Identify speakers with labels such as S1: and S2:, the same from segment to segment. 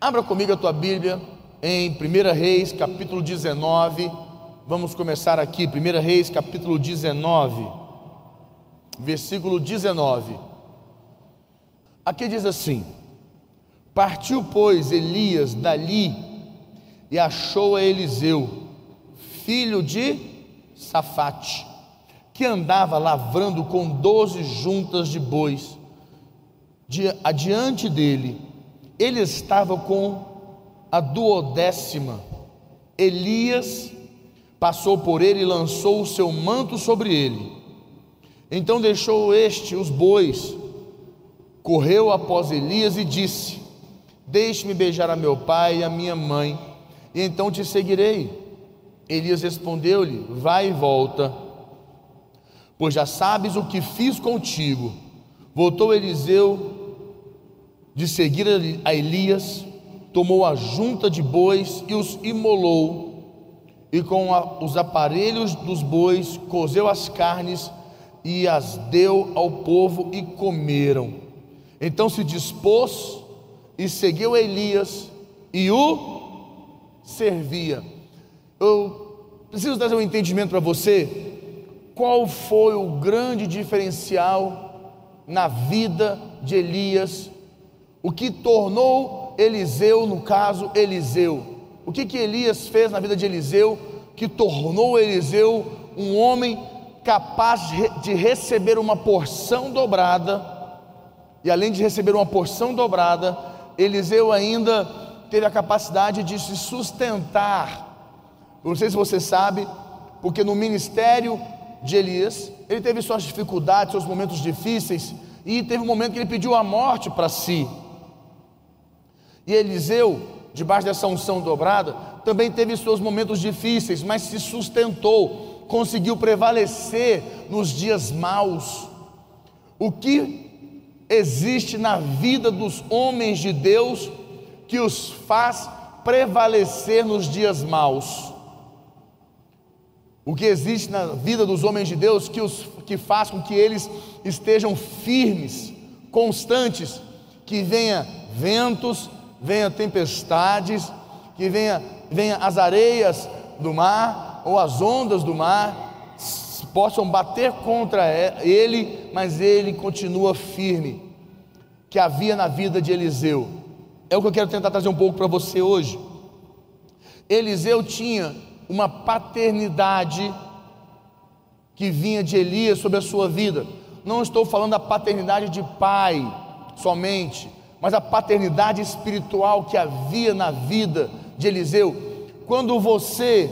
S1: Abra comigo a tua Bíblia em 1 Reis, capítulo 19. Vamos começar aqui, 1 Reis, capítulo 19, versículo 19. Aqui diz assim: Partiu, pois, Elias dali e achou a Eliseu, filho de Safate, que andava lavrando com 12 juntas de bois. Adiante dele, ele estava com a 12ª. Elias passou por ele e lançou o seu manto sobre ele. Então deixou este os bois, correu após Elias e disse: Deixe-me beijar a meu pai e a minha mãe, e então te seguirei. Elias respondeu-lhe: Vai e volta, pois já sabes o que fiz contigo. Voltou Eliseu de seguir a Elias, tomou a junta de bois e os imolou, e com os aparelhos dos bois cozeu as carnes e as deu ao povo, e comeram. Então se dispôs e seguiu Elias e o servia. Eu preciso trazer um entendimento para você. Qual foi o grande diferencial na vida de Elias? O que tornou Eliseu, no caso, Eliseu? O que Elias fez na vida de Eliseu que tornou Eliseu um homem capaz de receber uma porção dobrada? E além de receber uma porção dobrada, Eliseu ainda teve a capacidade de se sustentar. Eu não sei se você sabe, porque no ministério de Elias, ele teve suas dificuldades, seus momentos difíceis, e teve um momento que ele pediu a morte para si. E Eliseu, debaixo dessa unção dobrada, também teve seus momentos difíceis, mas se sustentou, conseguiu prevalecer nos dias maus. O que existe na vida dos homens de Deus que os faz prevalecer nos dias maus? O que existe na vida dos homens de Deus que faz com que eles estejam firmes, constantes, que venha ventos, venha tempestades, que venha as areias do mar ou as ondas do mar possam bater contra ele, mas ele continua firme, que havia na vida de Eliseu. É o que eu quero tentar trazer um pouco para você hoje. Eliseu tinha uma paternidade que vinha de Elias sobre a sua vida. Não estou falando da paternidade de pai somente, mas a paternidade espiritual que havia na vida de Eliseu. Quando você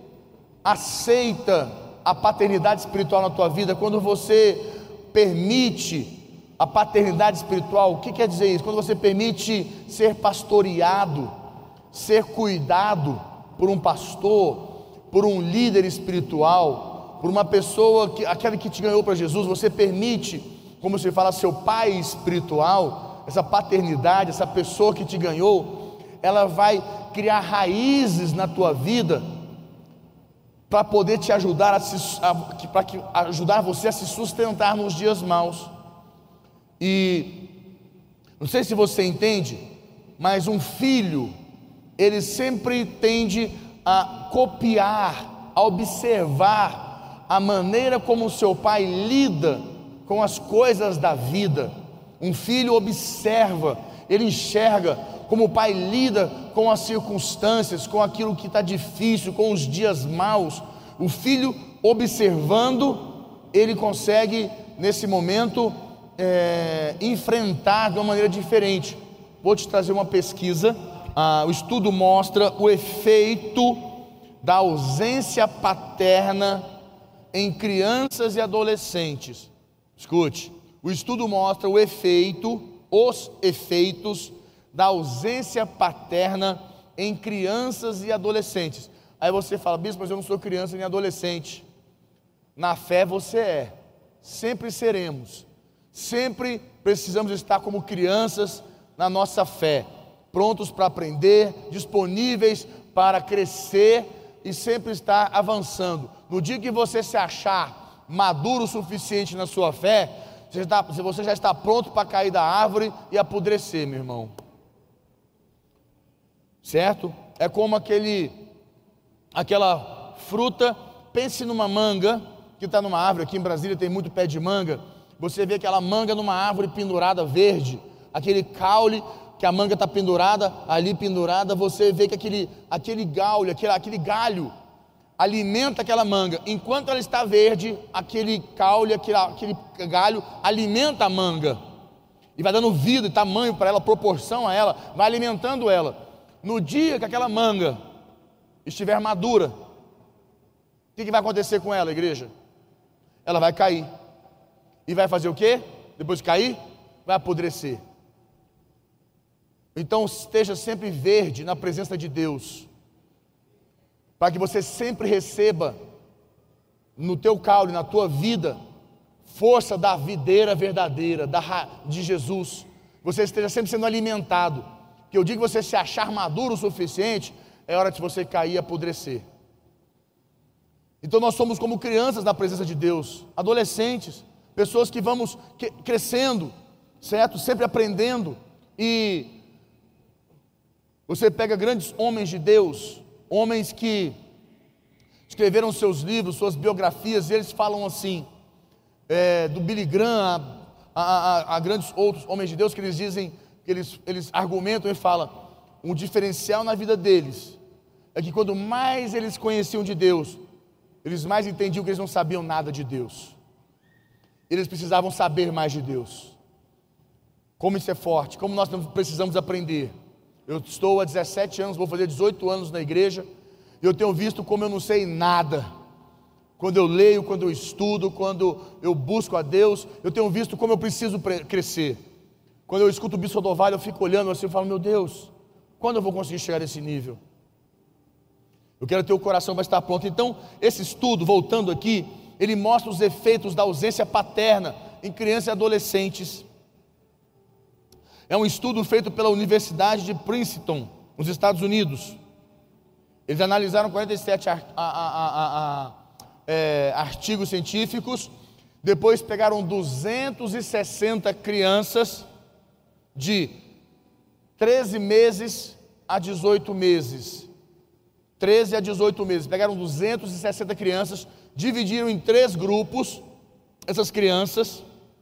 S1: aceita a paternidade espiritual na tua vida, quando você permite a paternidade espiritual, o que quer dizer isso? Quando você permite ser pastoreado, ser cuidado por um pastor, por um líder espiritual, por uma pessoa, aquela que te ganhou para Jesus, você permite, como se fala, seu pai espiritual, essa paternidade, essa pessoa que te ganhou, ela vai criar raízes na tua vida para poder te ajudar ajudar você a se sustentar nos dias maus. E não sei se você entende, mas um filho, ele sempre tende a copiar, a observar a maneira como o seu pai lida com as coisas da vida. Um filho observa, ele enxerga como o pai lida com as circunstâncias, com aquilo que está difícil, com os dias maus. O filho observando, ele consegue nesse momento enfrentar de uma maneira diferente. Vou te trazer uma pesquisa. O estudo mostra o efeito da ausência paterna em crianças e adolescentes. Escute. O estudo mostra os efeitos da ausência paterna em crianças e adolescentes. Aí você fala: Bispo, mas eu não sou criança nem adolescente. Na fé você é, sempre seremos, sempre precisamos estar como crianças na nossa fé, prontos para aprender, disponíveis para crescer e sempre estar avançando. No dia que você se achar maduro o suficiente na sua fé, você já está pronto para cair da árvore e apodrecer, meu irmão. certo? É como aquela fruta. Pense numa manga que está numa árvore. Aqui em Brasília tem muito pé de manga. Você vê aquela manga numa árvore pendurada verde, aquele caule que a manga está pendurada, ali pendurada, você vê que aquele galho alimenta aquela manga. Enquanto ela está verde, aquele caule, aquele galho alimenta a manga e vai dando vida e tamanho para ela, proporção a ela, vai alimentando ela. No dia que aquela manga estiver madura, o que vai acontecer com ela, igreja? Ela vai cair. E vai fazer o quê? Depois de cair, vai apodrecer. Então esteja sempre verde na presença de Deus, para que você sempre receba no teu caule, na tua vida, força da videira verdadeira, de Jesus. Você esteja sempre sendo alimentado. Que eu digo que você se achar maduro o suficiente, é hora de você cair e apodrecer. Então nós somos como crianças na presença de Deus, adolescentes, pessoas que vamos crescendo, certo? Sempre aprendendo. E você pega grandes homens de Deus, homens que escreveram seus livros, suas biografias, e eles falam assim, do Billy Graham a grandes outros homens de Deus, que eles dizem, que eles argumentam e falam, um diferencial na vida deles, é que quando mais eles conheciam de Deus, eles mais entendiam que eles não sabiam nada de Deus. Eles precisavam saber mais de Deus. Como isso é forte, como nós precisamos aprender. Eu estou há 17 anos, vou fazer 18 anos na igreja, e eu tenho visto como eu não sei nada. Quando eu leio, quando eu estudo, quando eu busco a Deus, eu tenho visto como eu preciso crescer. Quando eu escuto o Bispo Odovalho, eu fico olhando assim e falo, meu Deus, quando eu vou conseguir chegar nesse nível? Eu quero ter o coração para estar pronto. Então, esse estudo, voltando aqui, ele mostra os efeitos da ausência paterna em crianças e adolescentes. É um estudo feito pela Universidade de Princeton, nos Estados Unidos. Eles analisaram 47 artigos científicos, depois pegaram 260 crianças de 13 meses a 18 meses. 13 a 18 meses, pegaram 260 crianças, dividiram em 3 grupos, essas crianças,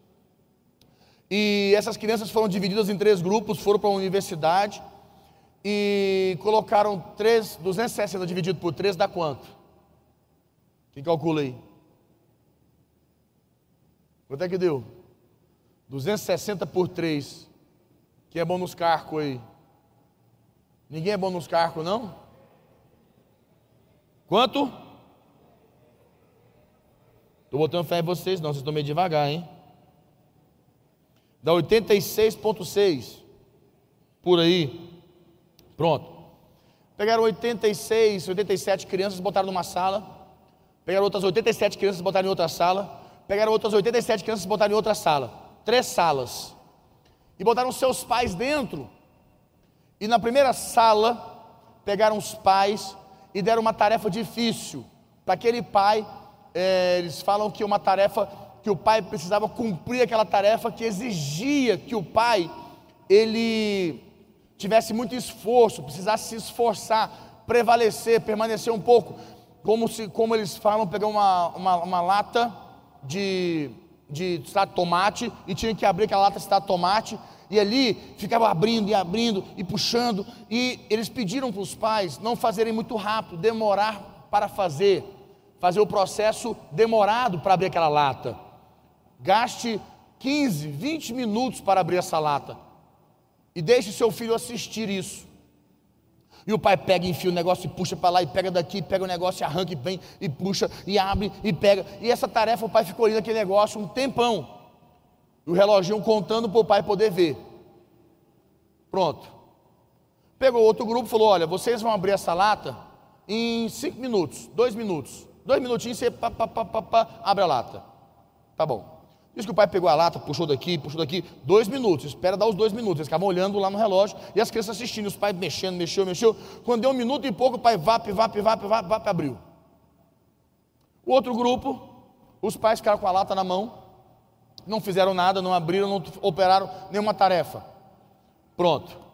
S1: e essas crianças foram divididas em 3 grupos, foram para a universidade, e colocaram 260 dividido por 3 dá quanto? Quem calcula aí? Quanto é que deu? 260 por 3, quem é bom nos carcos aí? Ninguém é bom nos carcos, não? Quanto? Estou botando fé em vocês, não, vocês estão meio devagar, hein? Dá 86,6 por aí. Pronto. Pegaram 87 crianças, botaram numa sala. Pegaram outras 87 crianças, botaram em outra sala. Pegaram outras 87 crianças, botaram em outra sala. 3 salas. E botaram seus pais dentro. E na primeira sala, pegaram os pais e deram uma tarefa difícil para aquele pai. Eles falam que uma tarefa que o pai precisava cumprir, aquela tarefa que exigia que o pai ele tivesse muito esforço, precisasse se esforçar, prevalecer, permanecer um pouco, como eles falam, pegar uma lata de extrato de tomate e tinha que abrir aquela lata de extrato de tomate. E ali ficava abrindo e puxando. E eles pediram para os pais não fazerem muito rápido, demorar para fazer o processo demorado para abrir aquela lata. Gaste 15, 20 minutos para abrir essa lata. E deixe seu filho assistir isso. E o pai pega e enfia o negócio e puxa para lá, e pega daqui, pega o negócio e arranca e vem, e puxa, e abre, e pega. E essa tarefa o pai ficou olhando aquele negócio um tempão. E o reloginho contando para o pai poder ver. Pronto. Pegou outro grupo e falou, olha, vocês vão abrir essa lata em 5 minutos, 2 minutos. 2 minutinhos, você abre a lata. Tá bom. Diz que o pai pegou a lata, puxou daqui, 2 minutos, espera dar os 2 minutos. Eles ficavam olhando lá no relógio e as crianças assistindo, os pais mexendo. Quando deu 1 minuto e pouco, o pai abriu. O outro grupo, os pais ficaram com a lata na mão, não fizeram nada, não abriram, não operaram nenhuma tarefa. Pronto.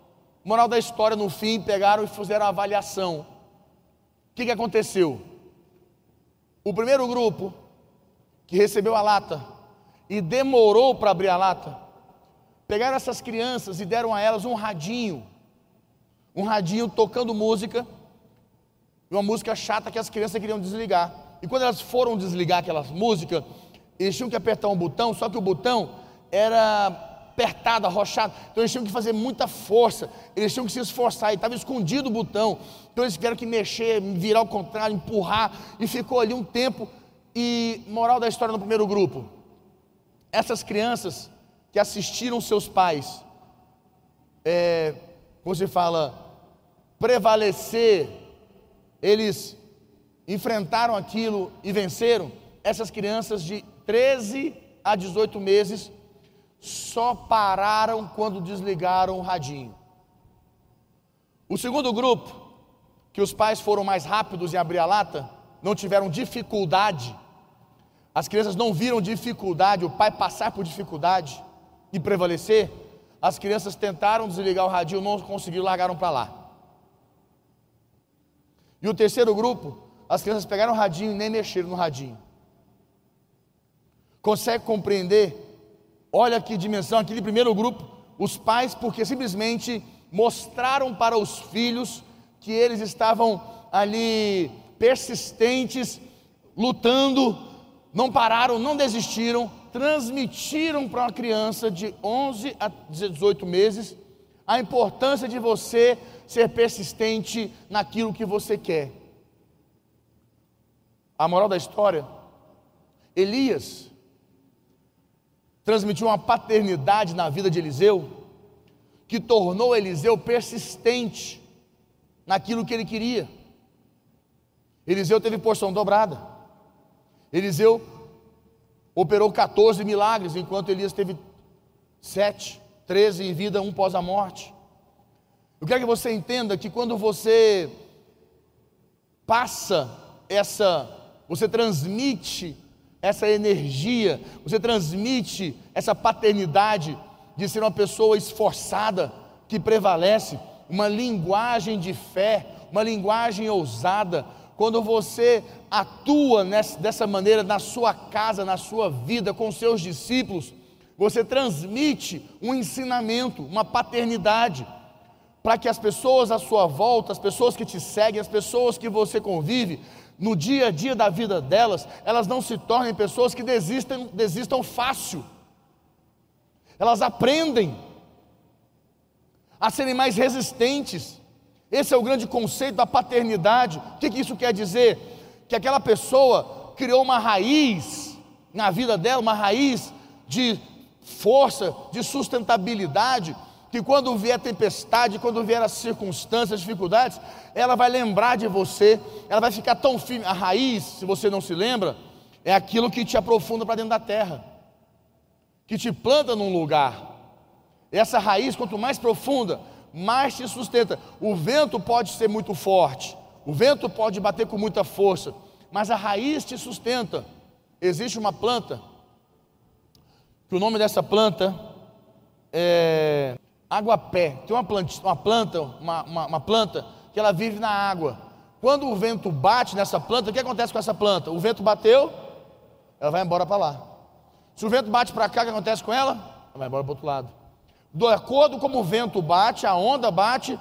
S1: Moral da história, no fim, pegaram e fizeram a avaliação. O que aconteceu? O primeiro grupo, que recebeu a lata e demorou para abrir a lata, pegaram essas crianças e deram a elas um radinho tocando música, uma música chata que as crianças queriam desligar. E quando elas foram desligar aquela música, eles tinham que apertar um botão, só que o botão era apertado, arrochado, então eles tinham que fazer muita força, eles tinham que se esforçar, e estava escondido o botão, então eles tiveram que mexer, virar ao contrário, empurrar, e ficou ali um tempo. E moral da história no primeiro grupo, essas crianças que assistiram seus pais, como se fala, prevalecer, eles enfrentaram aquilo e venceram. Essas crianças de 13 a 18 meses só pararam quando desligaram o radinho. O segundo grupo, que os pais foram mais rápidos em abrir a lata, não tiveram dificuldade, as crianças não viram dificuldade, o pai passar por dificuldade e prevalecer, as crianças tentaram desligar o radinho, não conseguiram, largaram para lá. E o terceiro grupo, as crianças pegaram o radinho e nem mexeram no radinho. Consegue compreender? Olha que dimensão, aquele primeiro grupo, os pais, porque simplesmente mostraram para os filhos que eles estavam ali persistentes, lutando, não pararam, não desistiram, transmitiram para uma criança de 11 a 18 meses a importância de você ser persistente naquilo que você quer. A moral da história, Elias transmitiu uma paternidade na vida de Eliseu, que tornou Eliseu persistente naquilo que ele queria. Eliseu teve porção dobrada. Eliseu operou 14 milagres, enquanto Elias teve 7, 13 em vida, 1 pós a morte. Eu quero que você entenda que quando você você transmite essa energia, você transmite essa paternidade de ser uma pessoa esforçada, que prevalece, uma linguagem de fé, uma linguagem ousada. Quando você atua dessa maneira na sua casa, na sua vida, com seus discípulos, você transmite um ensinamento, uma paternidade, para que as pessoas à sua volta, as pessoas que te seguem, as pessoas que você convive, no dia a dia da vida delas, elas não se tornem pessoas que desistam fácil. Elas aprendem a serem mais resistentes. Esse é o grande conceito da paternidade. O que isso quer dizer? Que aquela pessoa criou uma raiz na vida dela, uma raiz de força, de sustentabilidade, que quando vier tempestade, quando vier as circunstâncias, as dificuldades, ela vai lembrar de você, ela vai ficar tão firme. A raiz, se você não se lembra, é aquilo que te aprofunda para dentro da terra, que te planta num lugar. Essa raiz, quanto mais profunda, mais te sustenta. O vento pode ser muito forte, o vento pode bater com muita força, mas a raiz te sustenta. Existe uma planta, que o nome dessa planta é aguapé. Tem uma planta que ela vive na água. Quando o vento bate nessa planta, o que acontece com essa planta? O vento bateu, ela vai embora para lá. Se o vento bate para cá, o que acontece com ela? Ela vai embora para o outro lado. De acordo como o vento bate, a onda bate,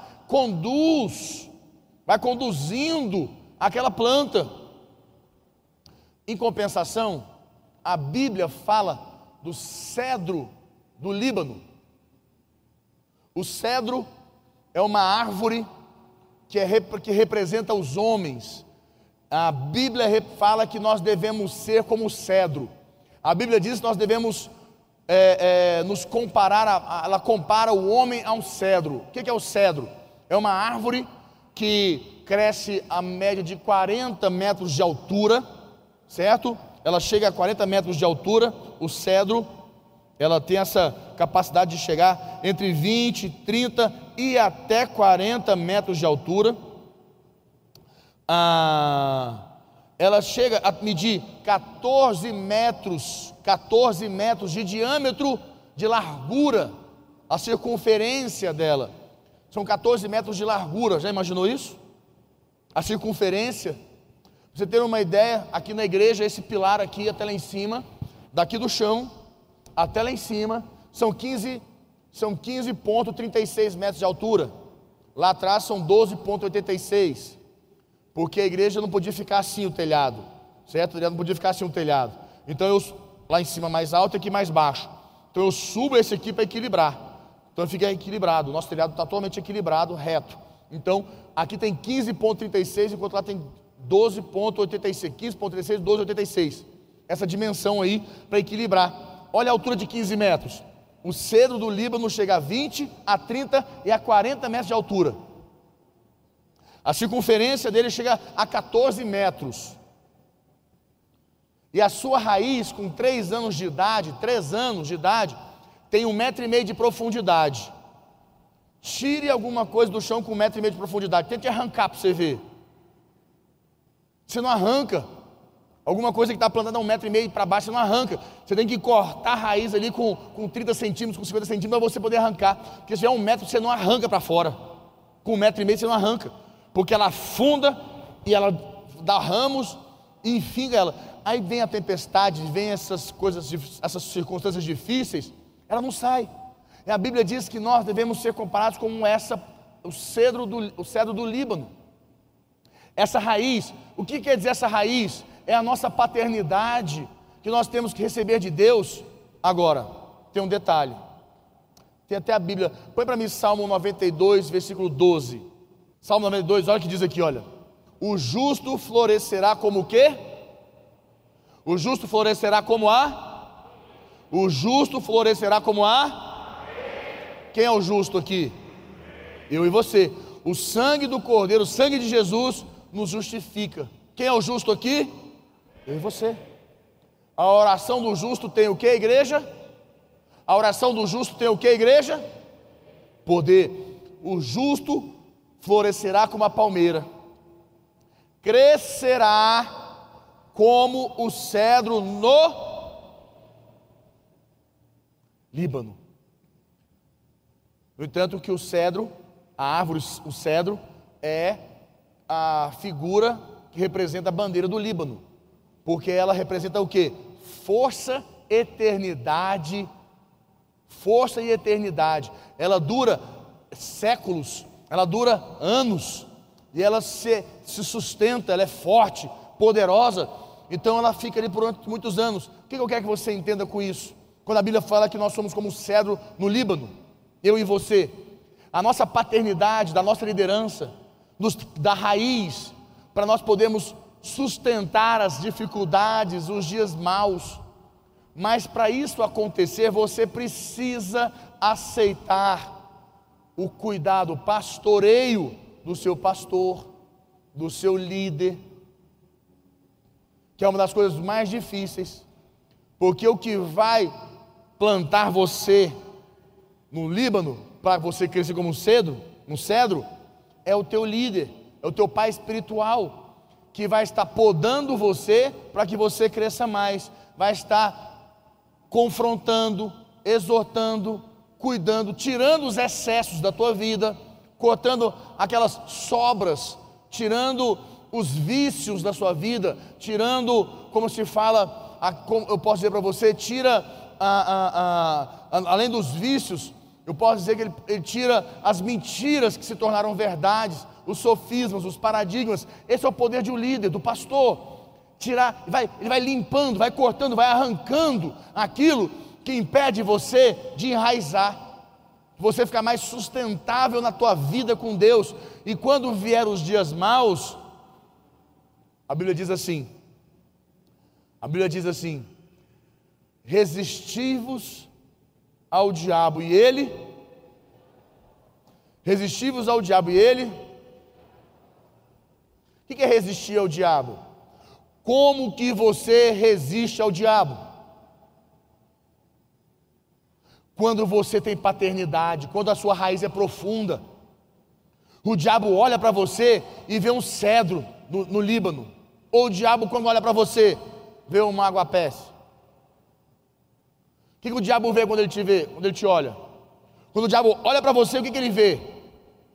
S1: vai conduzindo aquela planta. Em compensação, a Bíblia fala do cedro do Líbano. O cedro é uma árvore que representa os homens. A Bíblia fala que nós devemos ser como o cedro. A Bíblia diz que nós devemos nos comparar, ela compara o homem a um cedro. O que é o cedro? É uma árvore que cresce a média de 40 metros de altura, certo? Ela chega a 40 metros de altura, o cedro. Ela tem essa capacidade de chegar entre 20, 30 e até 40 metros de altura. Ela chega a medir 14 metros de diâmetro, de largura, a circunferência dela. são 14 metros de largura. Já imaginou isso? A circunferência. Pra você ter uma ideia, aqui na igreja, esse pilar aqui até lá em cima, daqui do chão até lá em cima, são 15,36 metros de altura. Lá atrás são 12,86, porque a igreja não podia ficar assim o telhado, certo? Não podia ficar assim o telhado. Então lá em cima mais alto e aqui mais baixo. Então eu subo esse aqui para equilibrar. Então fica equilibrado. O nosso telhado está totalmente equilibrado, reto. Então aqui tem 15,36, enquanto lá tem 12,86. 15,36, 12,86. Essa dimensão aí para equilibrar. Olha a altura de 15 metros. O cedro do Líbano chega a 20, a 30 e a 40 metros de altura. A circunferência dele chega a 14 metros. E a sua raiz, com 3 anos de idade, tem 1,5 metro de profundidade. Tire alguma coisa do chão com 1,5 metro de profundidade. Tente arrancar para você ver. Você não arranca. Alguma coisa que está plantada a 1,5 metro para baixo, você não arranca. Você tem que cortar a raiz ali com 30 centímetros, com 50 centímetros, para você poder arrancar. Porque se tiver 1 metro, você não arranca para fora. Com 1,5 metro você não arranca. Porque ela afunda e ela dá ramos e enfinga ela. Aí vem a tempestade, vem essas coisas, essas circunstâncias difíceis, ela não sai. E a Bíblia diz que nós devemos ser comparados com o cedro do Líbano. Essa raiz, o que quer dizer essa raiz? É a nossa paternidade que nós temos que receber de Deus. Agora, tem um detalhe. Tem até a Bíblia. Põe para mim Salmo 92, versículo 12. Salmo 92, olha o que diz aqui, olha. O justo florescerá como o quê? O justo florescerá como a? O justo florescerá como a? Quem é o justo aqui? Eu e você. O sangue do Cordeiro, o sangue de Jesus nos justifica. Quem é o justo aqui? Eu e você. A oração do justo tem o que, igreja? A oração do justo tem o que, igreja? Poder. O justo florescerá como a palmeira, crescerá como o cedro no Líbano. No entanto, que o cedro, a árvore, o cedro, é a figura que representa a bandeira do Líbano, porque ela representa o que? Força, eternidade. Força e eternidade. Ela dura séculos, ela dura anos, e ela se sustenta, ela é forte, poderosa, então ela fica ali por muitos anos. O que eu quero que você entenda com isso? Quando a Bíblia fala que nós somos como cedro no Líbano, eu e você, a nossa paternidade, da nossa liderança, da raiz, para nós podermos sustentar as dificuldades, os dias maus. Mas para isso acontecer, você precisa aceitar o cuidado, o pastoreio do seu pastor, do seu líder, que é uma das coisas mais difíceis, porque o que vai plantar você no Líbano, para você crescer como um cedro, é o teu líder, é o teu pai espiritual, que vai estar podando você para que você cresça mais, vai estar confrontando, exortando, cuidando, tirando os excessos da tua vida, cortando aquelas sobras, tirando os vícios da sua vida, tirando, como se fala, eu posso dizer para você, tira, além dos vícios, eu posso dizer que ele tira as mentiras que se tornaram verdades, os sofismas, os paradigmas. Esse é o poder de um líder, do pastor. Ele vai limpando, vai cortando, vai arrancando aquilo que impede você de enraizar, você ficar mais sustentável na tua vida com Deus. E quando vier os dias maus, a Bíblia diz assim, resistivos ao diabo e ele, o que é resistir ao diabo? Como que você resiste ao diabo? Quando você tem paternidade, quando a sua raiz é profunda. O diabo olha para você e vê um cedro no Líbano. Ou o diabo, quando olha para você, vê uma água-pés. O que o diabo vê quando ele te vê, quando ele te olha? Quando o diabo olha para você, o que ele vê?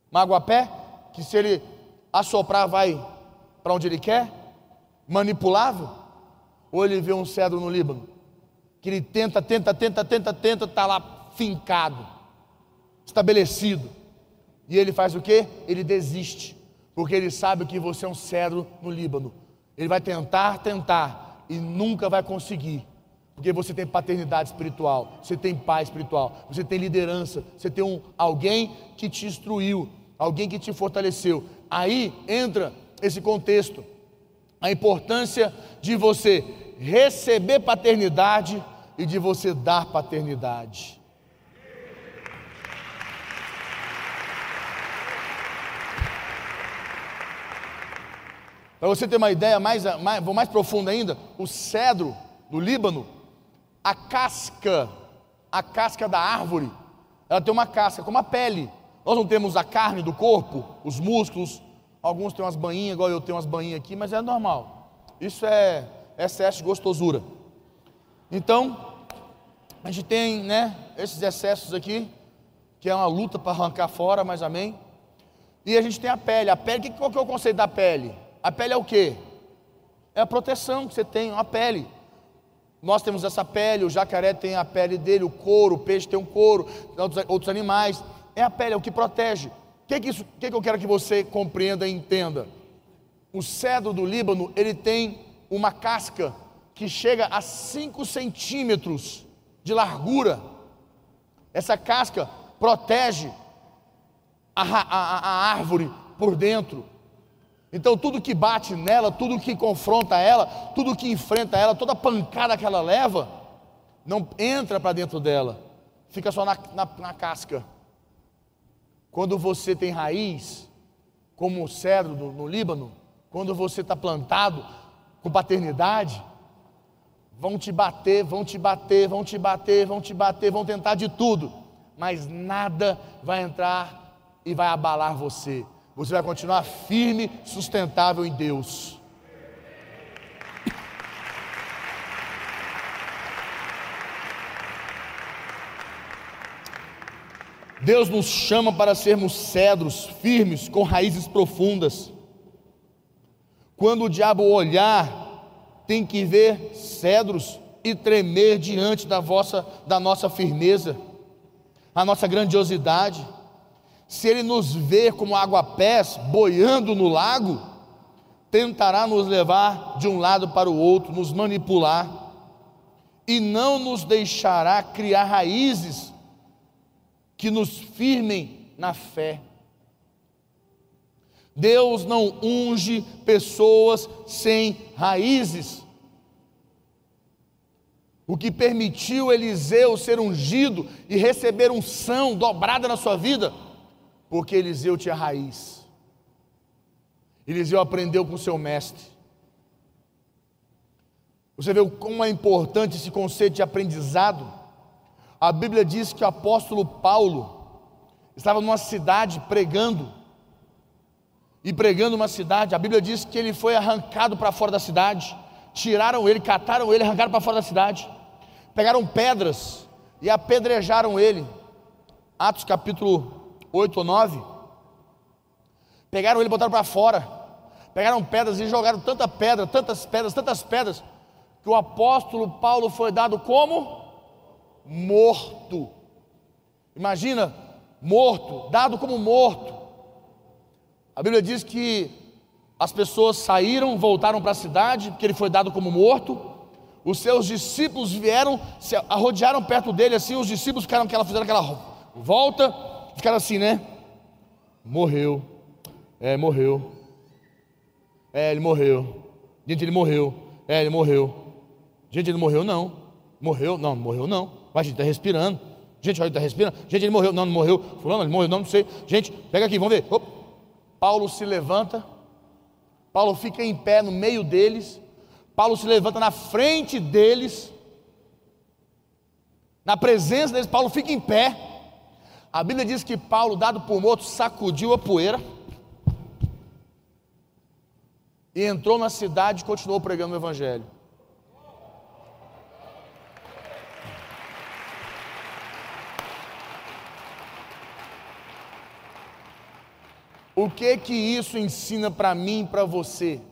S1: Uma aguapé que se ele assoprar vai para onde ele quer, manipulável? Ou ele vê um cedro no Líbano, que ele tenta, está lá fincado, estabelecido, e ele faz o quê? Ele desiste, porque ele sabe que você é um cedro no Líbano. Ele vai tentar, e nunca vai conseguir, porque você tem paternidade espiritual, você tem pai espiritual, você tem liderança, você tem alguém que te instruiu, alguém que te fortaleceu. Aí entra esse contexto, a importância de você receber paternidade e de você dar paternidade. Para você ter uma ideia vou mais profunda ainda, o cedro do Líbano, a casca da árvore, ela tem uma casca, como a pele. Nós não temos a carne do corpo, os músculos, alguns têm umas banhinhas, igual eu tenho umas banhinhas aqui, mas é normal. Isso é excesso de gostosura. Então, a gente tem, esses excessos aqui, que é uma luta para arrancar fora, mas amém. E a gente tem a pele. Qual que é o conceito da pele? A pele é o quê? É a proteção que você tem, a pele. Nós temos essa pele, o jacaré tem a pele dele, o couro, o peixe tem um couro, outros animais. É a pele, é o que protege. O que eu quero que você compreenda e entenda? O cedro do Líbano, ele tem uma casca que chega a 5 centímetros de largura. Essa casca protege a árvore por dentro. Então tudo que bate nela, tudo que confronta ela, tudo que enfrenta ela, toda pancada que ela leva, não entra para dentro dela, fica só na casca. Quando você tem raiz, como o cedro no Líbano, quando você está plantado com paternidade, vão te bater, vão tentar de tudo, mas nada vai entrar e vai abalar você. Você vai continuar firme, sustentável em Deus. Deus nos chama para sermos cedros firmes, com raízes profundas. Quando o diabo olhar, tem que ver cedros e tremer diante da nossa firmeza, a nossa grandiosidade. Se ele nos ver como aguapés boiando no lago, tentará nos levar de um lado para o outro, nos manipular, e não nos deixará criar raízes que nos firmem na fé. Deus não unge pessoas sem raízes. O que permitiu Eliseu ser ungido e receber unção dobrada na sua vida, porque Eliseu tinha raiz. Eliseu aprendeu com seu mestre. Você vê como é importante esse conceito de aprendizado. A Bíblia diz que o apóstolo Paulo estava numa cidade pregando uma cidade. A Bíblia diz que ele foi arrancado para fora da cidade, tiraram ele, cataram ele, arrancaram para fora da cidade, pegaram pedras e apedrejaram ele. Atos capítulo 8 ou 9, pegaram ele e botaram para fora, pegaram pedras e jogaram tantas pedras, que o apóstolo Paulo foi dado como morto. Imagina, morto, dado como morto. A Bíblia diz que as pessoas saíram, voltaram para a cidade, porque ele foi dado como morto. Os seus discípulos vieram, se arrodearam perto dele, assim, os discípulos fizeram aquela volta, ficaram assim, morreu, ele morreu, ele morreu, gente, ele morreu, gente, ele morreu não, mas a gente está respirando, gente, olha, ele está respirando, gente, ele morreu, não morreu, fulano, ele morreu, não sei, gente, pega aqui, vamos ver. Paulo se levanta, Paulo fica em pé no meio deles, Paulo se levanta na frente deles, na presença deles, Paulo fica em pé. A Bíblia diz que Paulo, dado por morto, sacudiu a poeira e entrou na cidade e continuou pregando o Evangelho. O que isso ensina para mim e para você?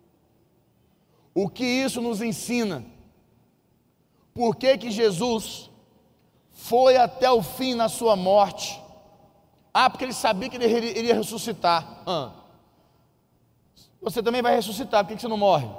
S1: O que isso nos ensina? Por que Jesus foi até o fim na sua morte? Porque ele sabia que ele iria ressuscitar. Você também vai ressuscitar, por que você não morre?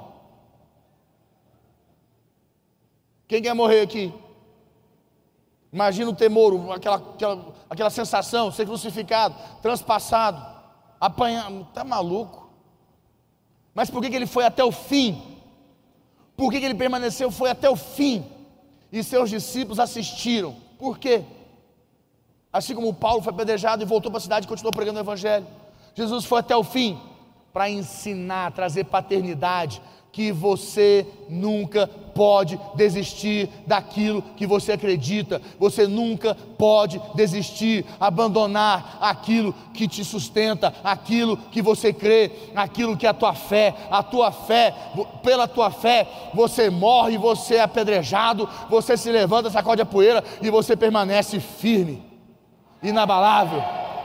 S1: Quem quer morrer aqui? Imagina o temor, aquela sensação, ser crucificado, transpassado, apanhado, está maluco? Mas por que ele foi até o fim? Por que ele permaneceu, foi até o fim? E seus discípulos assistiram. Por quê? Assim como Paulo foi apedrejado e voltou para a cidade e continuou pregando o Evangelho, Jesus foi até o fim para ensinar, trazer paternidade, que você nunca pode desistir daquilo que você acredita, você nunca pode desistir, abandonar aquilo que te sustenta, aquilo que você crê, aquilo que é a tua fé, pela tua fé, você morre, você é apedrejado, você se levanta, sacode a poeira e você permanece firme, inabalável.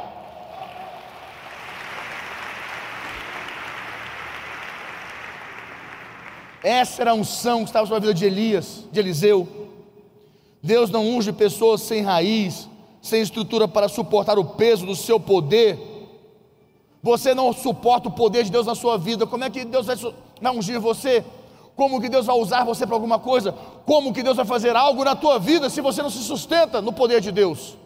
S1: Essa era a unção que estava sobre a vida de Elias, de Eliseu. Deus não unge pessoas sem raiz, sem estrutura para suportar o peso do seu poder. Você não suporta o poder de Deus na sua vida. Como é que Deus vai ungir você? Como que Deus vai usar você para alguma coisa? Como que Deus vai fazer algo na tua vida se você não se sustenta no poder de Deus?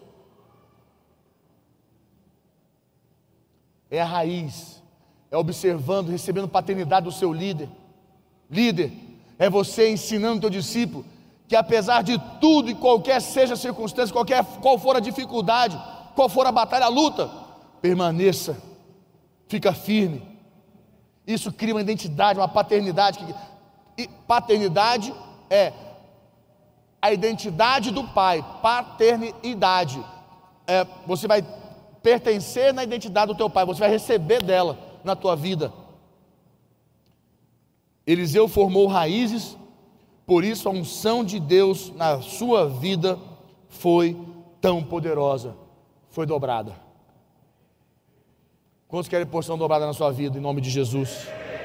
S1: É a raiz, é observando, recebendo paternidade do seu líder. Líder, é você ensinando o teu discípulo que apesar de tudo e qualquer seja a circunstância, qual for a dificuldade, qual for a batalha, a luta, permaneça, fica firme. Isso cria uma identidade, uma paternidade. E paternidade é a identidade do pai, paternidade. Você vai pertencer na identidade do teu pai, você vai receber dela na tua vida. Eliseu formou raízes, por isso a unção de Deus na sua vida foi tão poderosa, foi dobrada. Quantos querem porção dobrada na sua vida, em nome de Jesus?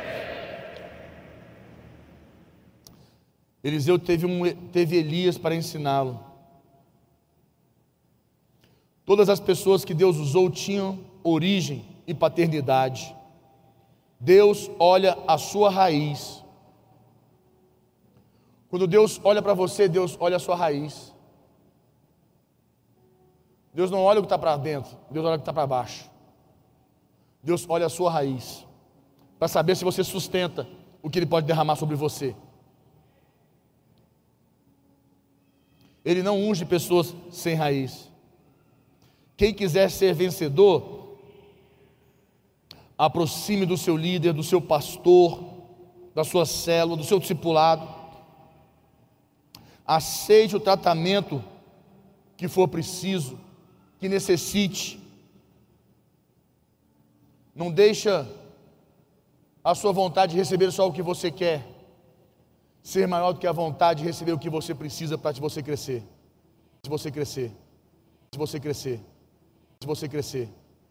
S1: Eliseu teve Elias para ensiná-lo. Todas as pessoas que Deus usou tinham origem e paternidade. Deus olha a sua raiz. Quando Deus olha para você, Deus olha a sua raiz. Deus não olha o que está para dentro, Deus olha o que está para baixo. Deus olha a sua raiz, para saber se você sustenta o que Ele pode derramar sobre você. Ele não unge pessoas sem raiz. Quem quiser ser vencedor, aproxime do seu líder, do seu pastor, da sua célula, do seu discipulado. Aceite o tratamento que for preciso, que necessite. Não deixa a sua vontade de receber só o que você quer ser maior do que a vontade de receber o que você precisa para você crescer. Se você crescer, se você crescer, se você crescer.